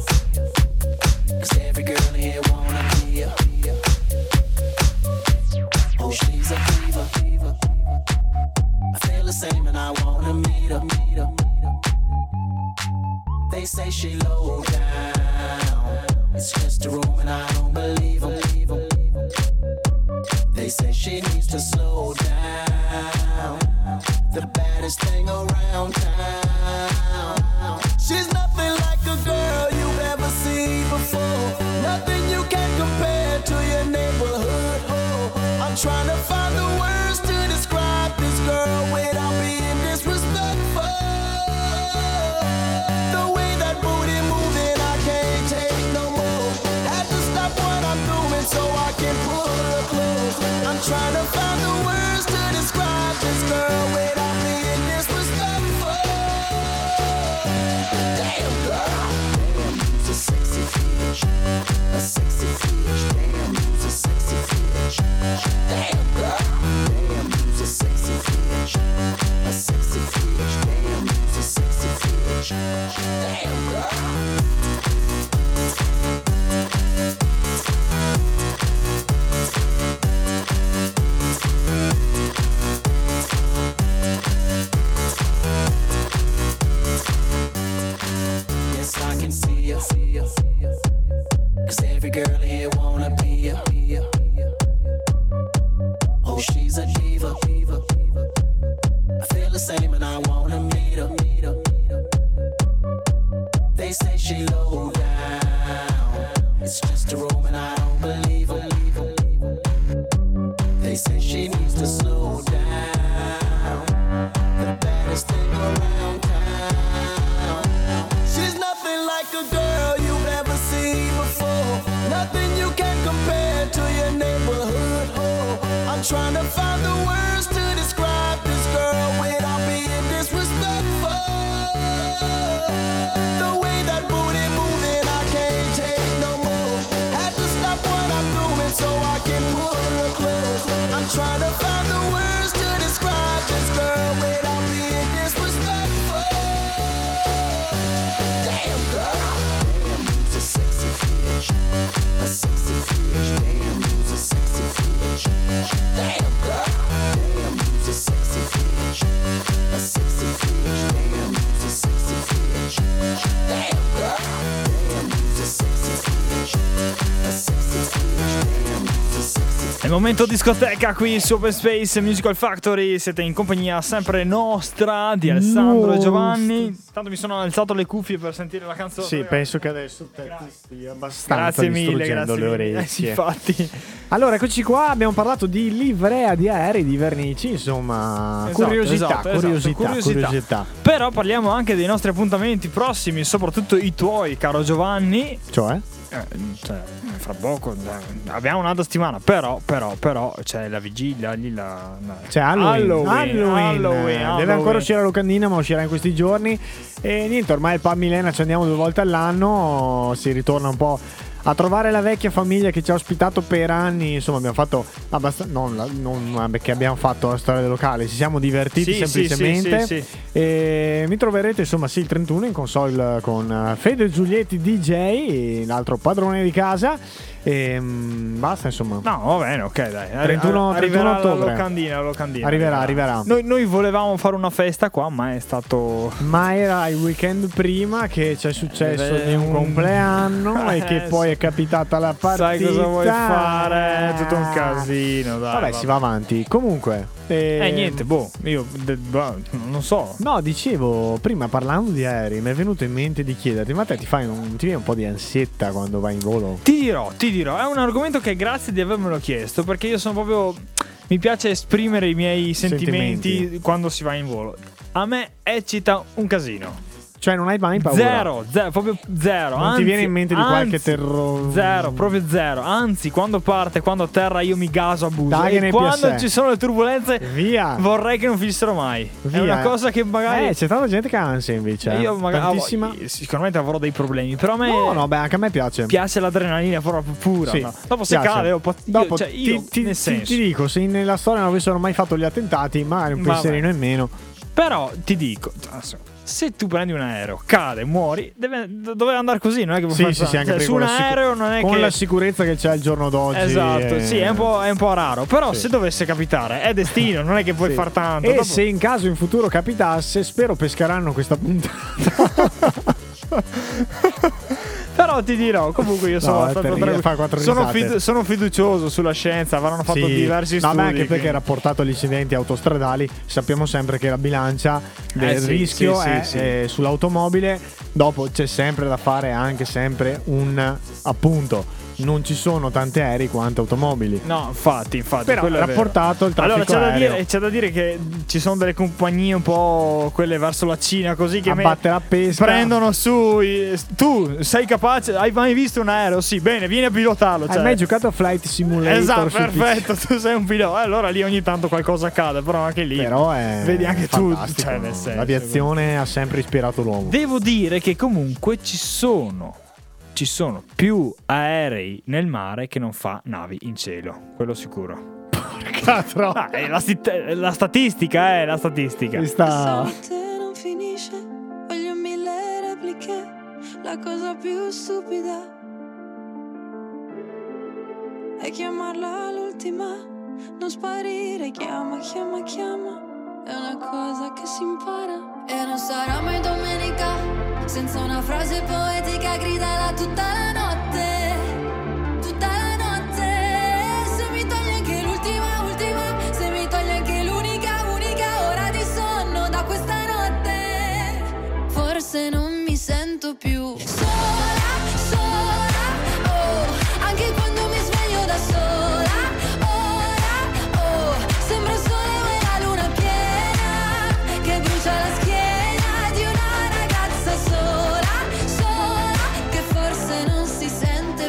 'Cause every girl here wanna be you. Oh, she's a diva. I feel the same and I wanna meet her. Meet her. They say she low down. It's just a room and I don't believe them. They say she needs to slow down. The baddest thing around town. She's nothing like a girl you've ever seen before. Nothing you can compare to your neighborhood. Oh, I'm trying to find the words to describe this girl without being disrespectful. The way that booty moving, I can't take no more. Had to stop what I'm doing so I can pull her close. I'm trying to find the words to describe this girl without being disrespectful. Damn girl, damn, you's a sexy bitch, a sexy bitch. Damn, you's a sexy bitch. Damn girl, damn, you's a sexy bitch, a sexy bitch. Damn, you's a sexy bitch. Damn girl. Yes, I can see you. Cause every girl here wanna be ya. Oh, she's a diva. I feel the same and I wanna meet her. They say she low down. It's just a room and I don't believe her. They say she needs to slow trying to find the words to describe this girl without being disrespectful. The way that booty moving, I can't take no more. Had to stop what I'm doing so I can pull her close. I'm trying to find the words to describe this girl without being disrespectful. Damn girl, damn, you's a sexy bitch, a sexy bitch. Damn, you's a sexy bitch. Damn girl, damn, you's a sexy bitch, a sexy bitch. Damn, you's a sexy bitch. Damn girl, damn, you's a sexy bitch, a sexy bitch. Damn, you's a sexy bitch. È il momento discoteca qui su Open Space Musical Factory. Siete in compagnia sempre nostra di Alessandro e Giovanni. Tanto mi sono alzato le cuffie per sentire la canzone. Sì, penso che adesso te ti stia abbastanza Grazie mille, distruggendo grazie le mille. orecchie. Eh sì, infatti. Allora, eccoci qua, abbiamo parlato di livrea di aerei, di vernici, insomma, Esatto, curiosità, esatto, esatto, curiosità, curiosità. curiosità. Però parliamo anche dei nostri appuntamenti prossimi, soprattutto i tuoi, caro Giovanni. Cioè? Eh, cioè, fra poco eh, abbiamo un'altra settimana, però, però, però c'è la vigilia lì, la, la... C'è Halloween, Halloween, Halloween. Halloween, Deve Halloween. ancora uscire la locandina, ma uscirà in questi giorni. E niente, ormai il Pub Milena ci andiamo due volte all'anno, si ritorna un po' a trovare la vecchia famiglia che ci ha ospitato per anni. Insomma, abbiamo fatto abbastanza. Non, la- non perché abbiamo fatto la storia del locale, ci siamo divertiti Sì, sì, semplicemente. sì, sì, sì. E mi troverete, insomma, sì, il trentuno in console con eh, Fede Giulietti D J, l'altro padrone di casa. E mm, basta, insomma. No, va bene, ok, dai. Arri- trentuno arriverà la ottobre. locandina, la locandina. Arriverà, arriverà. Noi, noi volevamo fare una festa qua, ma è stato. Ma era il weekend prima che c'è successo Eh, di un un- compleanno Eh, e che poi è capitata la partita. Sai cosa vuoi fare? È tutto un casino, dai. Vabbè, si va avanti. Comunque, Eh, eh, niente, boh, io de- boh, non so. No, dicevo, prima parlando di aerei, mi è venuto in mente di chiederti, ma te ti fai un, ti viene un po' di ansietta quando vai in volo? Ti dirò, ti dirò, è un argomento che grazie di avermelo chiesto, perché io sono proprio. Mi piace esprimere i miei sentimenti, Sentimenti. quando si va in volo. A me eccita un casino. Cioè, non hai mai paura? Zero, zero, proprio zero. Non anzi, ti viene in mente di qualche anzi, terrore? Zero, proprio zero. Anzi, quando parte, quando atterra, io mi gaso a buso. Dai, che E ne quando piace. ci sono le turbulenze, Via. vorrei che non finissero mai. Via. È una cosa che magari. Eh, c'è tanta gente che ha ansia invece. eh. io magari Tantissima. avrò- sicuramente avrò dei problemi. Però a me No, no, beh, anche a me piace. piace l'adrenalina proprio pura. Sì, no? Dopo se piace. cade, io, pot- io- Dopo cioè, io, ti, ti- nel ti- senso. ti dico, se nella storia non avessero mai fatto gli attentati, magari un Vabbè. pensierino in meno. Però ti dico, adesso, se tu prendi un aereo, cade, muori, deve, doveva andare così, non è che puoi Sì, fare sì, sì, anche cioè, perché su con un la sicu- aereo non è con che la sicurezza che c'è il giorno d'oggi. esatto, eh, sì, è un, po', è un po' raro. Però Sì. se dovesse capitare, è destino, non è che puoi Sì. far tanto. E Dopo- se in caso in futuro capitasse, spero pescheranno questa puntata. Però ti dirò, comunque io sono No, è abbastanza terribile, tranquillo. fa quattro sono, risate. fidu- sono fiducioso sulla scienza, avranno fatto Sì. diversi No, studi. ma anche perché quindi- rapportato agli incidenti autostradali, sappiamo sempre che la bilancia del Eh sì, rischio sì, è sì, sì. eh, sull'automobile. Dopo c'è sempre da fare anche sempre un appunto. Non ci sono tanti aerei quanto automobili. No, infatti, infatti. Però quello è vero. rapportato il traffico Allora c'è da, aereo. dire, c'è da dire che ci sono delle compagnie un po' quelle verso la Cina, così che A me- battere a pesca. prendono su. i- Tu sei capace? Hai mai visto un aereo? Sì, bene, vieni a pilotarlo. Hai Cioè. mai giocato a Flight Simulator? Esatto, su P C? perfetto. Tu sei un pilota. Eh, Allora lì ogni tanto qualcosa accade, però anche lì. Però è Vedi anche tu. fantastico, Cioè, nel no? senso, L'aviazione ha sempre ispirato l'uomo. Devo dire che comunque ci sono. Ci sono più aerei nel mare che non fa navi in cielo, quello sicuro. Porca Ah, è la, sti- la statistica, è la statistica. Mi sta... Notte non finisce, voglio mille repliche, la cosa più stupida è chiamarla l'ultima, non sparire, chiama, chiama, chiama, è una cosa che si impara. E non sarà mai domenica senza una frase poetica gridala tutta la notte, tutta la notte. Se mi togli anche l'ultima, ultima, se mi togli anche l'unica, unica ora di sonno da questa notte, forse non mi sento più sola, sola, oh, anche quando mi sveglio da sola, ora, oh, sembra il sole e la luna piena che brucia la schiena di una ragazza sola, sola, che forse non si sente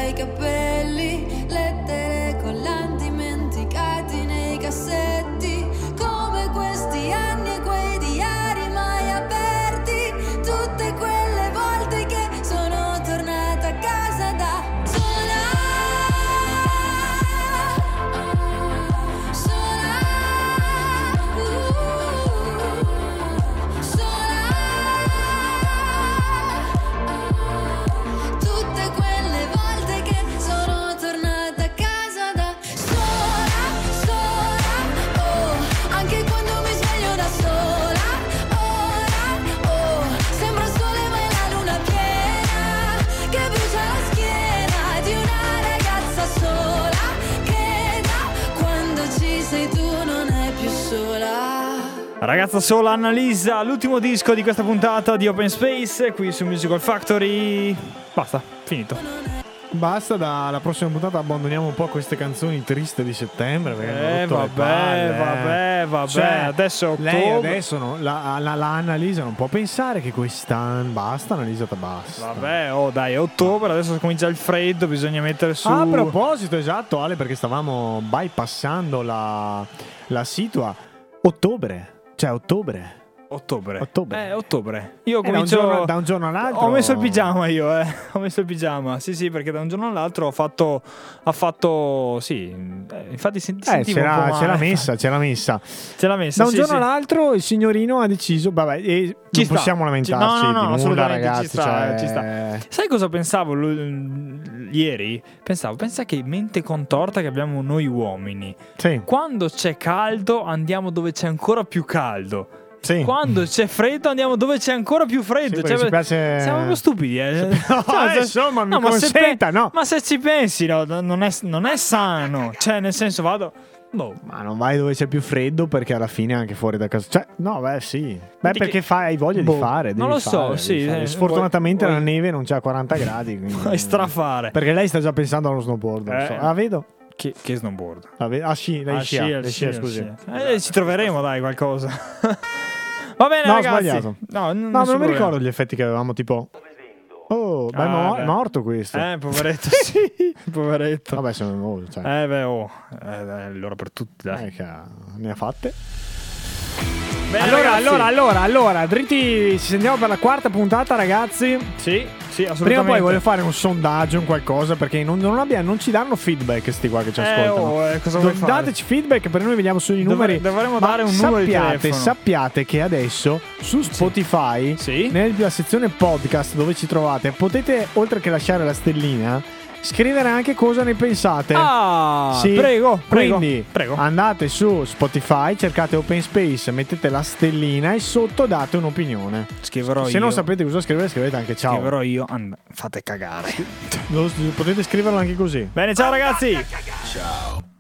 dai capelli, lettere con dimenticati nei cassetti, come questi anni e quei diari mai aperti, tutte quelle volte che sono tornata a casa da sola, sola, uh, sola, tutte quelle volte che sono tornata a casa da sola, sola, oh, anche quando mi sveglio da sola, ora, oh, sembra il sole ma è la luna piena che brucia la schiena di una ragazza sola, che da quando ci sei tu non è più sola. Ragazza sola, Annalisa, l'ultimo disco di questa puntata di Open Space qui su Musical Factory. Basta, finito. Basta, dalla prossima puntata abbandoniamo un po' queste canzoni triste di settembre. Eh vabbè, vabbè, vabbè. Cioè, adesso è ottobre. lei adesso no, la, la, la Annalisa non può pensare che quest'anno basta, Annalisa, basta. Vabbè, oh dai, è ottobre, adesso comincia il freddo, bisogna mettere su. Ah, a proposito, esatto, Ale, perché stavamo bypassando la, la situa. Ottobre, cioè ottobre. Ottobre. Ottobre. Eh, ottobre. Io Eh, da un comincio giorno- da un giorno all'altro- Ho messo il pigiama io, eh. Ho messo il pigiama. Sì, sì, perché da un giorno all'altro ho fatto ha fatto sì, eh, infatti senti, Eh, sentivo un po' c'era, male. c'era messa, c'era messa. Ce l'ha messa, Da un sì, giorno sì. all'altro il signorino ha deciso, vabbè, e Ci non sta. possiamo lamentarci Ci- no, no, no, di nulla, assolutamente, ragazzi. ci sta, cioè- ci sta. Sai cosa pensavo l- ieri? Pensavo, pensa che mente contorta che abbiamo noi uomini. Sì. Quando c'è caldo andiamo dove c'è ancora più caldo. Sì. Quando c'è freddo andiamo dove c'è ancora più freddo. Sì, perché ci piace- Siamo proprio stupidi, eh. No, Cioè, se- insomma, mi ma se consenta, no. Ma se ci pensi, no, non è, non è sano. Cioè, nel senso, vado. Boh. Ma non vai dove c'è più freddo perché alla fine anche fuori da casa. Cioè, no, beh, sì. Beh, Che- perché fai, hai voglia boh, di fare. non devi lo so, fare, sì, devi fare. eh, Sfortunatamente vuoi- la neve non c'è a quaranta gradi. Quindi... Vuoi strafare. Perché lei sta già pensando allo snowboard. non Eh. so. Ah, vedo. Che, che snowboard? Ah, ve- ah, sì, lei Ah, scia. sì, lei sì, scia, sì. scusi. Eh, ci troveremo, dai, qualcosa. Va bene, No, ho ragazzi. sbagliato. No, n- No, nessun non mi problema. ricordo gli effetti che avevamo, tipo. Oh, beh, Ah, mo- beh. è morto questo. Eh, poveretto, sì. Poveretto. Vabbè, sono oh, cioè, Eh, beh, oh. Eh, dai, allora per tutti, dai. eh, che ne ha fatte. Bene, allora, ragazzi. allora, allora, allora, dritti, ci sentiamo per la quarta puntata, ragazzi. Sì, sì, assolutamente. Prima o poi voglio fare un sondaggio, un qualcosa, perché non, non, abbiamo, non ci danno feedback sti qua che ci Eh, ascoltano. oh, eh, cosa vuoi fare? Dateci feedback, per noi vediamo sui Dovre- numeri. dovremmo Ma dare un numero di sappiate, telefono. sappiate che adesso su Spotify, nella sezione podcast dove ci trovate, potete, oltre che lasciare la stellina, scrivere anche cosa ne pensate. Ah, Sì. prego, prego, Quindi prego. andate su Spotify, cercate Open Space, mettete la stellina e sotto date un'opinione. Scriverò Se io. non sapete cosa scrivere, scrivete anche ciao. Scriverò io. And- fate cagare. Lo- potete scriverlo anche così. Bene, ciao ragazzi. Ciao.